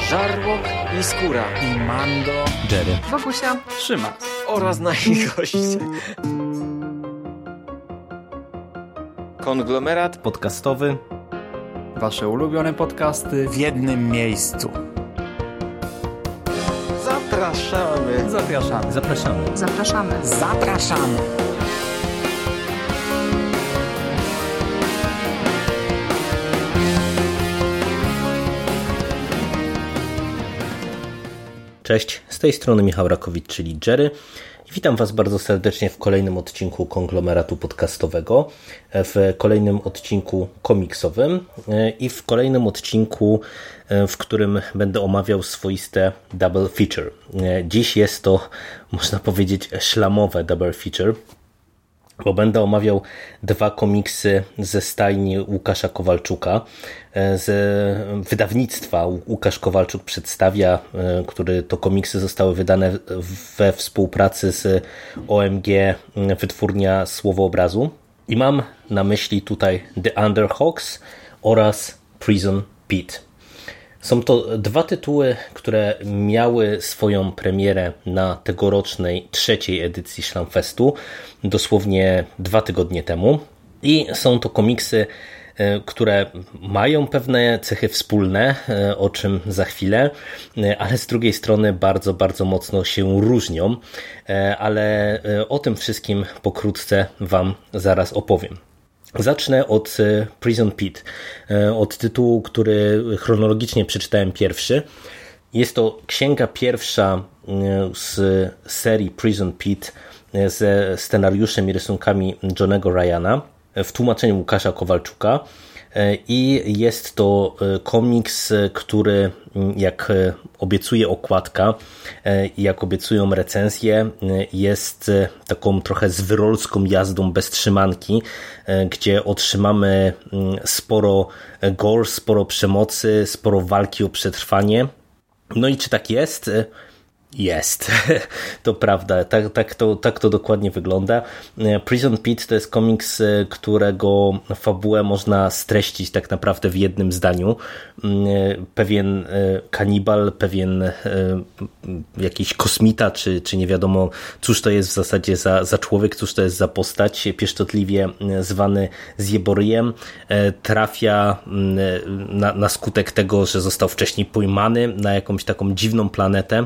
Żarłok i Skóra i Mando, Jerry, Wokusia, Szymas oraz nasi goście. Konglomerat podcastowy. Wasze ulubione podcasty w jednym miejscu. Zapraszamy. Zapraszamy. Zapraszamy. zapraszamy. Zapraszamy. Cześć, z tej strony Michał Rakowicz, czyli Jerry. I witam Was bardzo serdecznie w kolejnym odcinku Konglomeratu Podcastowego, w kolejnym odcinku komiksowym i w kolejnym odcinku, w którym będę omawiał swoiste double feature. Dziś jest to, można powiedzieć, szlamowe double feature, bo będę omawiał dwa komiksy ze stajni Łukasza Kowalczuka, z wydawnictwa Łukasz Kowalczuk przedstawia, które to komiksy zostały wydane we współpracy z OMG Wytwórnia Słowoobrazu. I mam na myśli tutaj The Underhawks oraz Prison Pete. Są to dwa tytuły, które miały swoją premierę na tegorocznej trzeciej edycji Szlamfestu, dosłownie 2 tygodnie temu. I są to komiksy, które mają pewne cechy wspólne, o czym za chwilę, ale z drugiej strony bardzo, bardzo mocno się różnią, ale o tym wszystkim pokrótce Wam zaraz opowiem. Zacznę od Prison Pete, od tytułu, który chronologicznie przeczytałem pierwszy. Jest to księga pierwsza z serii Prison Pete ze scenariuszem i rysunkami Johnego Ryana w tłumaczeniu Łukasza Kowalczuka i jest to komiks, który, jak obiecuje okładka i jak obiecują recenzje, jest taką trochę zwyrolską jazdą bez trzymanki, gdzie otrzymamy sporo gore, sporo przemocy, sporo walki o przetrwanie. No i czy tak jest? Jest, to prawda, tak to dokładnie wygląda. Prison Pete to jest komiks, którego fabułę można streścić tak naprawdę w jednym zdaniu. Pewien kanibal, pewien jakiś kosmita, czy nie wiadomo cóż to jest w zasadzie za człowiek, cóż to jest za postać, pieszczotliwie zwany Zjeboryjem, trafia na skutek tego, że został wcześniej pojmany na jakąś taką dziwną planetę.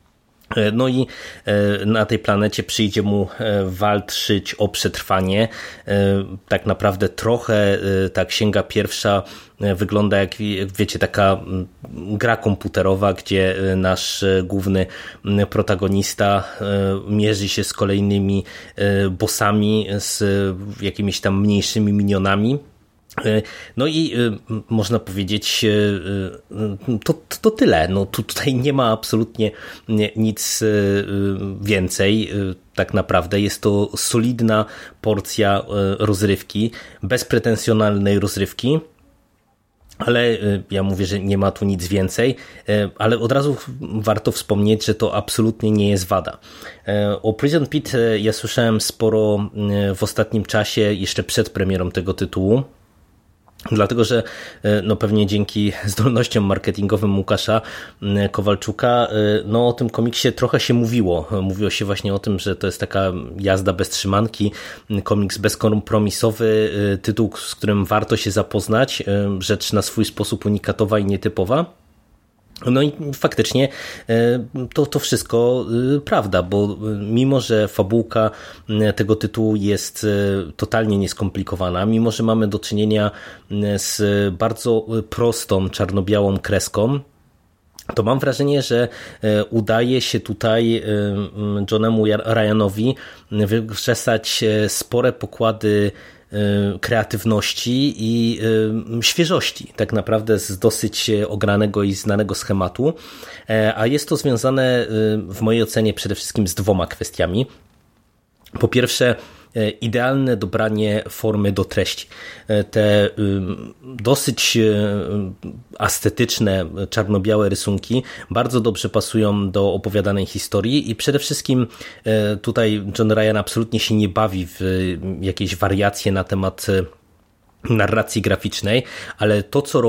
No i na tej planecie przyjdzie mu walczyć o przetrwanie. Tak naprawdę trochę ta księga pierwsza wygląda jak wiecie, taka gra komputerowa, gdzie nasz główny protagonista mierzy się z kolejnymi bossami, z jakimiś tam mniejszymi minionami. No i można powiedzieć, to tyle. No, tutaj nie ma absolutnie nic więcej. Tak naprawdę jest to solidna porcja rozrywki, bezpretensjonalnej rozrywki. Ale ja mówię, że nie ma tu nic więcej, ale od razu warto wspomnieć, że to absolutnie nie jest wada. O Prison Pete ja słyszałem sporo w ostatnim czasie, jeszcze przed premierą tego tytułu. Dlatego, że no pewnie dzięki zdolnościom marketingowym Łukasza Kowalczuka no o tym komiksie trochę się mówiło. Mówiło się właśnie o tym, że to jest taka jazda bez trzymanki, komiks bezkompromisowy, tytuł, z którym warto się zapoznać, rzecz na swój sposób unikatowa i nietypowa. No i faktycznie to wszystko prawda, bo mimo, że fabułka tego tytułu jest totalnie nieskomplikowana, mimo, że mamy do czynienia z bardzo prostą, czarno-białą kreską, to mam wrażenie, że udaje się tutaj Johnemu Ryanowi wykrzesać spore pokłady kreatywności i świeżości, tak naprawdę z dosyć ogranego i znanego schematu, a jest to związane w mojej ocenie przede wszystkim z 2 kwestiami. Po pierwsze, idealne dobranie formy do treści. Te dosyć estetyczne, czarno-białe rysunki bardzo dobrze pasują do opowiadanej historii i przede wszystkim tutaj John Ryan absolutnie się nie bawi w jakieś wariacje na temat narracji graficznej, ale to, co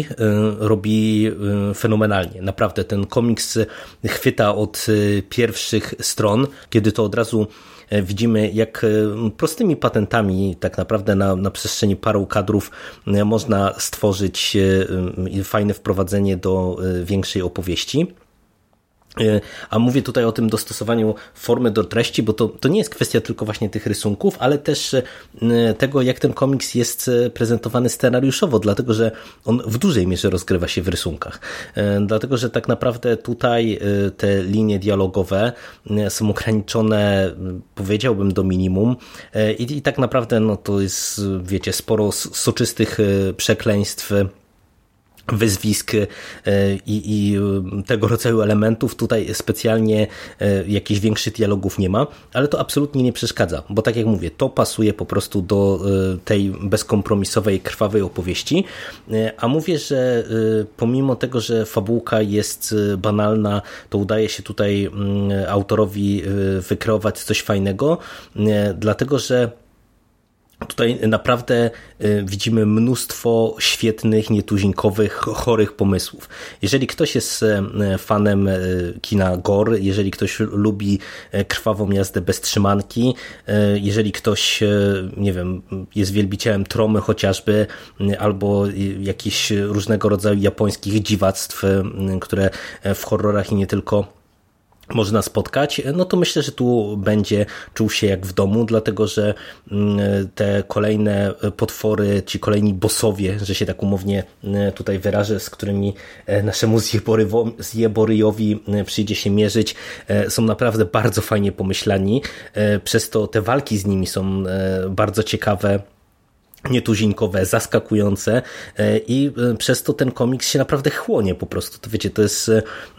robi fenomenalnie. Naprawdę ten komiks chwyta od pierwszych stron, kiedy to od razu widzimy, jak prostymi patentami tak naprawdę na przestrzeni paru kadrów można stworzyć fajne wprowadzenie do większej opowieści. A mówię tutaj o tym dostosowaniu formy do treści, bo to nie jest kwestia tylko właśnie tych rysunków, ale też tego, jak ten komiks jest prezentowany scenariuszowo, dlatego że on w dużej mierze rozgrywa się w rysunkach. Dlatego, że tak naprawdę tutaj te linie dialogowe są ograniczone, powiedziałbym, do minimum i tak naprawdę no to jest, wiecie, sporo soczystych przekleństw, wyzwisk i tego rodzaju elementów. Tutaj specjalnie jakichś większych dialogów nie ma, ale to absolutnie nie przeszkadza, bo tak jak mówię, to pasuje po prostu do tej bezkompromisowej, krwawej opowieści, a mówię, że pomimo tego, że fabułka jest banalna, to udaje się tutaj autorowi wykreować coś fajnego, dlatego że tutaj naprawdę widzimy mnóstwo świetnych, nietuzinkowych, chorych pomysłów. Jeżeli ktoś jest fanem kina gore, jeżeli ktoś lubi krwawą jazdę bez trzymanki, jeżeli ktoś, nie wiem, jest wielbicielem tromy chociażby, albo jakichś różnego rodzaju japońskich dziwactw, które w horrorach i nie tylko można spotkać, no to myślę, że tu będzie czuł się jak w domu, dlatego że te kolejne potwory, ci kolejni bossowie, że się tak umownie tutaj wyrażę, z którymi naszemu zjeboryjowi przyjdzie się mierzyć, są naprawdę bardzo fajnie pomyślani, przez to te walki z nimi są bardzo ciekawe, nietuzinkowe, zaskakujące i przez to ten komiks się naprawdę chłonie po prostu. To wiecie, to jest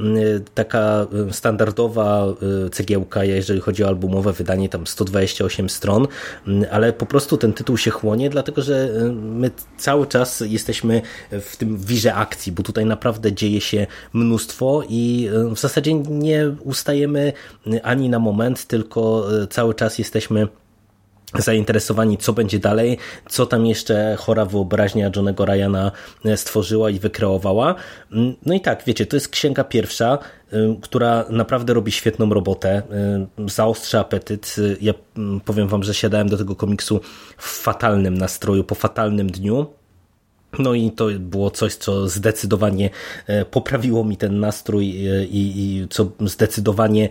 taka standardowa cegiełka, jeżeli chodzi o albumowe wydanie, tam 128 stron, ale po prostu ten tytuł się chłonie, dlatego że my cały czas jesteśmy w tym wirze akcji, bo tutaj naprawdę dzieje się mnóstwo i w zasadzie nie ustajemy ani na moment, tylko cały czas jesteśmy zainteresowani, co będzie dalej, co tam jeszcze chora wyobraźnia Johnego Ryana stworzyła i wykreowała. No i tak, wiecie, to jest księga pierwsza, która naprawdę robi świetną robotę, zaostrza apetyt. Ja powiem wam, że siadałem do tego komiksu w fatalnym nastroju, po fatalnym dniu. No i to było coś, co zdecydowanie poprawiło mi ten nastrój i co zdecydowanie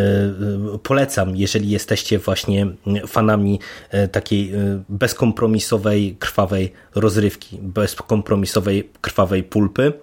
polecam, jeżeli jesteście właśnie fanami takiej bezkompromisowej, krwawej rozrywki, bezkompromisowej, krwawej pulpy.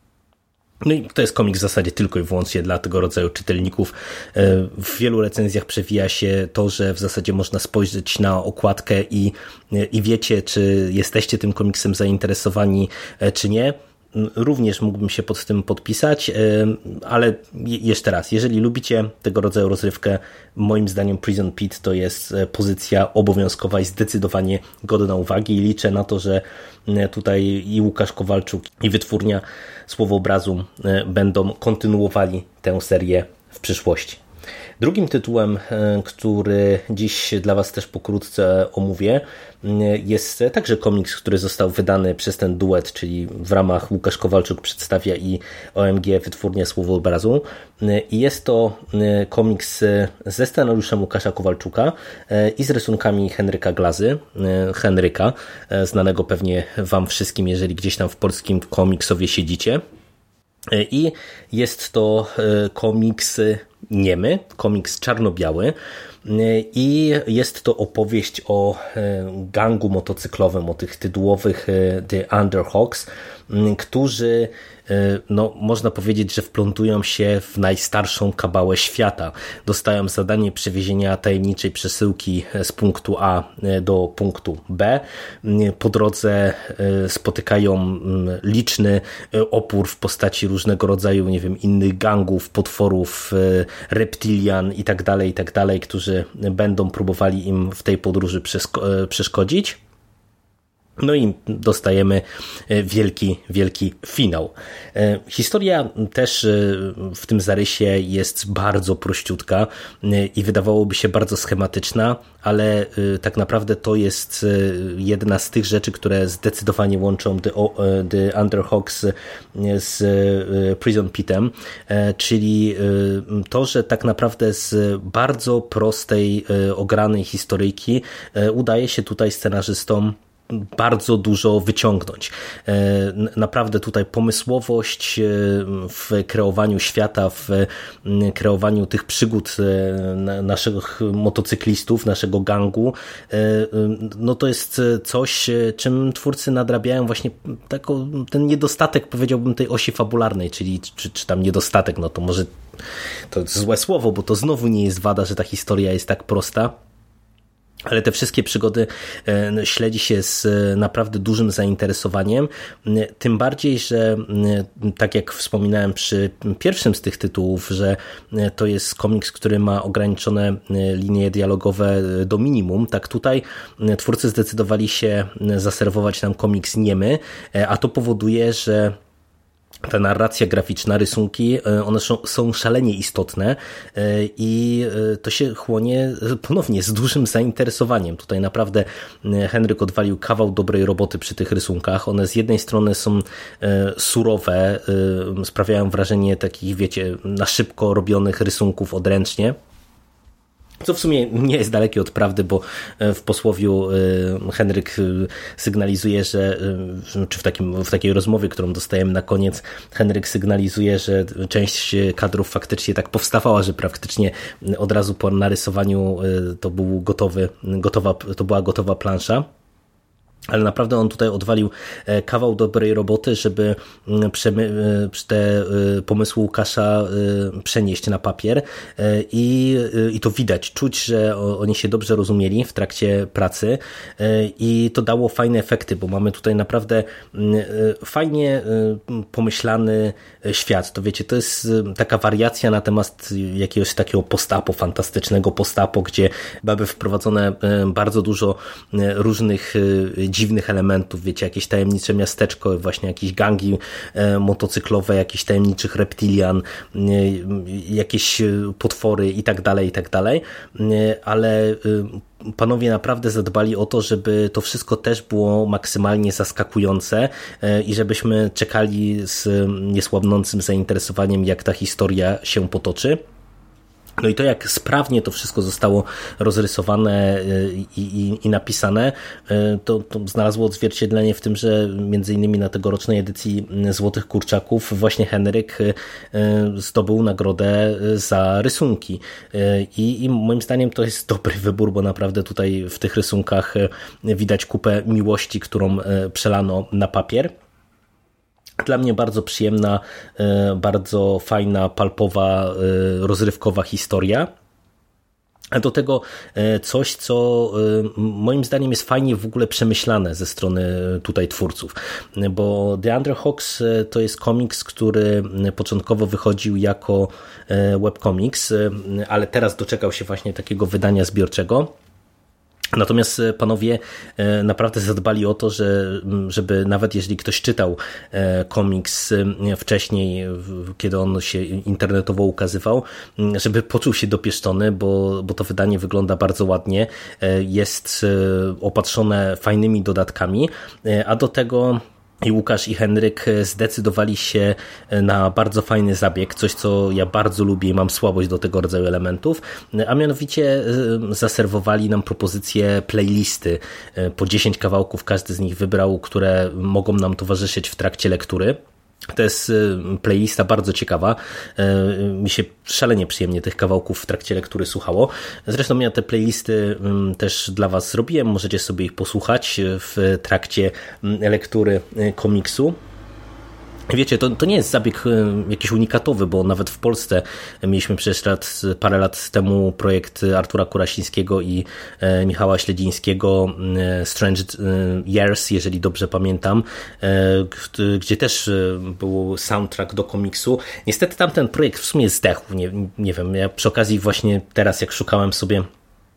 No i to jest komiks w zasadzie tylko i wyłącznie dla tego rodzaju czytelników. W wielu recenzjach przewija się to, że w zasadzie można spojrzeć na okładkę i wiecie, czy jesteście tym komiksem zainteresowani, czy nie. Również mógłbym się pod tym podpisać, ale jeszcze raz, jeżeli lubicie tego rodzaju rozrywkę, moim zdaniem Prison Pit to jest pozycja obowiązkowa i zdecydowanie godna uwagi i liczę na to, że tutaj i Łukasz Kowalczuk i wytwórnia Słowoobrazu będą kontynuowali tę serię w przyszłości. Drugim tytułem, który dziś dla was też pokrótce omówię, jest także komiks, który został wydany przez ten duet, czyli w ramach Łukasz Kowalczuk przedstawia i OMG Wytwórnia Słowoobrazu. I jest to komiks ze scenariuszem Łukasza Kowalczuka i z rysunkami Henryka Glazy. Henryka, znanego pewnie wam wszystkim, jeżeli gdzieś tam w polskim komiksowie siedzicie. I jest to komiks niemy, komiks czarno-biały i jest to opowieść o gangu motocyklowym, o tych tytułowych The Underhawks, którzy no, można powiedzieć, że wplątują się w najstarszą kabałę świata. Dostają zadanie przewiezienia tajemniczej przesyłki z punktu A do punktu B. Po drodze spotykają liczny opór w postaci różnego rodzaju, nie wiem, innych gangów, potworów, reptilian i tak dalej, którzy będą próbowali im w tej podróży przeszkodzić. No i dostajemy wielki finał. Historia też w tym zarysie jest bardzo prościutka i wydawałoby się bardzo schematyczna, ale tak naprawdę to jest jedna z tych rzeczy, które zdecydowanie łączą The Underhawks z Prison Pitem, czyli to, że tak naprawdę z bardzo prostej, ogranej historyjki udaje się tutaj scenarzystom bardzo dużo wyciągnąć. Naprawdę tutaj pomysłowość w kreowaniu świata, w kreowaniu tych przygód naszych motocyklistów, naszego gangu, no to jest coś, czym twórcy nadrabiają właśnie ten niedostatek, powiedziałbym, tej osi fabularnej, czyli czy tam niedostatek, no to może to jest złe słowo, bo to znowu nie jest wada, że ta historia jest tak prosta. Ale te wszystkie przygody śledzi się z naprawdę dużym zainteresowaniem, tym bardziej, że tak jak wspominałem przy pierwszym z tych tytułów, że to jest komiks, który ma ograniczone linie dialogowe do minimum, tak tutaj twórcy zdecydowali się zaserwować nam komiks niemy, a to powoduje, że ta narracja graficzna, rysunki, one są szalenie istotne i to się chłonie ponownie z dużym zainteresowaniem. Tutaj naprawdę Henryk odwalił kawał dobrej roboty przy tych rysunkach. One z jednej strony są surowe, sprawiają wrażenie takich, wiecie, na szybko robionych rysunków odręcznie, co w sumie nie jest dalekie od prawdy, bo w posłowiu Henryk sygnalizuje, że, czy w takiej rozmowie, którą dostajemy na koniec, Henryk sygnalizuje, że część kadrów faktycznie tak powstawała, że praktycznie od razu po narysowaniu to była gotowa plansza. Ale naprawdę on tutaj odwalił kawał dobrej roboty, żeby te pomysły Łukasza przenieść na papier i to widać, czuć, że oni się dobrze rozumieli w trakcie pracy i to dało fajne efekty, bo mamy tutaj naprawdę fajnie pomyślany świat. To wiecie, to jest taka wariacja na temat jakiegoś takiego fantastycznego postapo, gdzie mamy wprowadzone bardzo dużo różnych dziwnych elementów, wiecie, jakieś tajemnicze miasteczko, właśnie jakieś gangi motocyklowe, jakichś tajemniczych reptilian, jakieś potwory i tak dalej, ale panowie naprawdę zadbali o to, żeby to wszystko też było maksymalnie zaskakujące i żebyśmy czekali z niesłabnącym zainteresowaniem, jak ta historia się potoczy. No i to, jak sprawnie to wszystko zostało rozrysowane i napisane, to znalazło odzwierciedlenie w tym, że między innymi na tegorocznej edycji Złotych Kurczaków właśnie Henryk zdobył nagrodę za rysunki. I moim zdaniem to jest dobry wybór, bo naprawdę tutaj w tych rysunkach widać kupę miłości, którą przelano na papier. Dla mnie bardzo przyjemna, bardzo fajna, palpowa, rozrywkowa historia. A do tego coś, co moim zdaniem jest fajnie w ogóle przemyślane ze strony tutaj twórców, bo The Underhawks to jest komiks, który początkowo wychodził jako webcomics, ale teraz doczekał się właśnie takiego wydania zbiorczego. Natomiast panowie naprawdę zadbali o to, żeby nawet jeżeli ktoś czytał komiks wcześniej, kiedy on się internetowo ukazywał, żeby poczuł się dopieszczony, bo to wydanie wygląda bardzo ładnie, jest opatrzone fajnymi dodatkami, a do tego i Łukasz i Henryk zdecydowali się na bardzo fajny zabieg, coś co ja bardzo lubię i mam słabość do tego rodzaju elementów, a mianowicie zaserwowali nam propozycję playlisty. Po 10 kawałków każdy z nich wybrał, które mogą nam towarzyszyć w trakcie lektury. To jest playlista bardzo ciekawa. Mi się szalenie przyjemnie tych kawałków w trakcie lektury słuchało. Zresztą ja te playlisty też dla was zrobiłem. Możecie sobie ich posłuchać w trakcie lektury komiksu. Wiecie, to nie jest zabieg jakiś unikatowy, bo nawet w Polsce mieliśmy przecież parę lat temu projekt Artura Kurasińskiego i Michała Śledzińskiego Strange Years, jeżeli dobrze pamiętam, gdzie też był soundtrack do komiksu. Niestety tamten projekt w sumie zdechł, nie wiem, ja przy okazji właśnie teraz jak szukałem sobie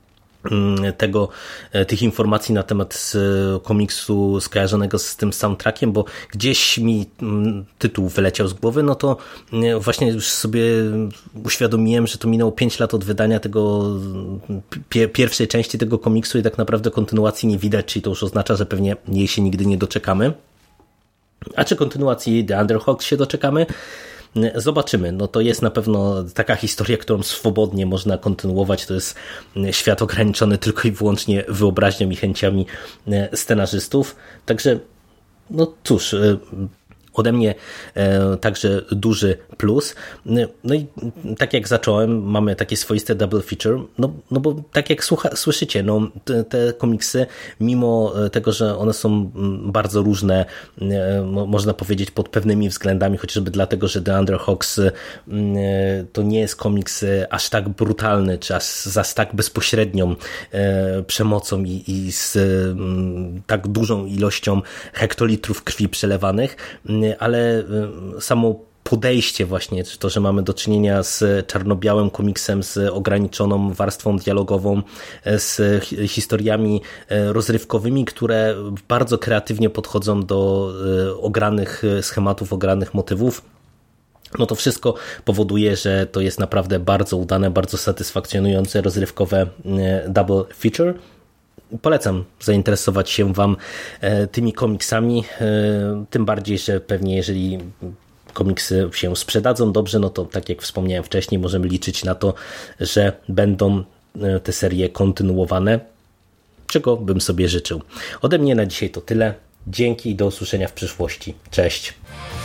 tych informacji na temat komiksu skojarzonego z tym soundtrackiem, bo gdzieś mi tytuł wyleciał z głowy, no to właśnie już sobie uświadomiłem, że to minęło 5 lat od wydania tego pierwszej części tego komiksu i tak naprawdę kontynuacji nie widać, czyli to już oznacza, że pewnie jej się nigdy nie doczekamy. A czy kontynuacji The Underhawks się doczekamy? Zobaczymy. No to jest na pewno taka historia, którą swobodnie można kontynuować. To jest świat ograniczony tylko i wyłącznie wyobraźnią i chęciami scenarzystów. Także no cóż, ode mnie także duży plus. No i tak jak zacząłem, mamy takie swoiste double feature, no bo tak jak słyszycie, no te komiksy, mimo tego, że one są bardzo różne, można powiedzieć pod pewnymi względami, chociażby dlatego, że The Underhawks to nie jest komiks aż tak brutalny, czy aż tak bezpośrednią przemocą i z tak dużą ilością hektolitrów krwi przelewanych, ale samo podejście właśnie, to, że mamy do czynienia z czarno-białym komiksem, z ograniczoną warstwą dialogową, z historiami rozrywkowymi, które bardzo kreatywnie podchodzą do ogranych schematów, ogranych motywów, no to wszystko powoduje, że to jest naprawdę bardzo udane, bardzo satysfakcjonujące, rozrywkowe double feature. Polecam zainteresować się Wam tymi komiksami, tym bardziej, że pewnie jeżeli komiksy się sprzedadzą dobrze, no to tak jak wspomniałem wcześniej, możemy liczyć na to, że będą te serie kontynuowane, czego bym sobie życzył. Ode mnie na dzisiaj to tyle. Dzięki i do usłyszenia w przyszłości. Cześć!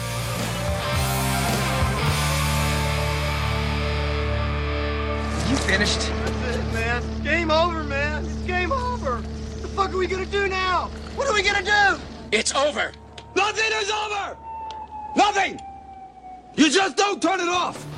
You finished? That's it, man. Game over, man. It's game over. What the fuck are we gonna do now? What are we gonna do? It's over. Nothing is over! Nothing! You just don't turn it off!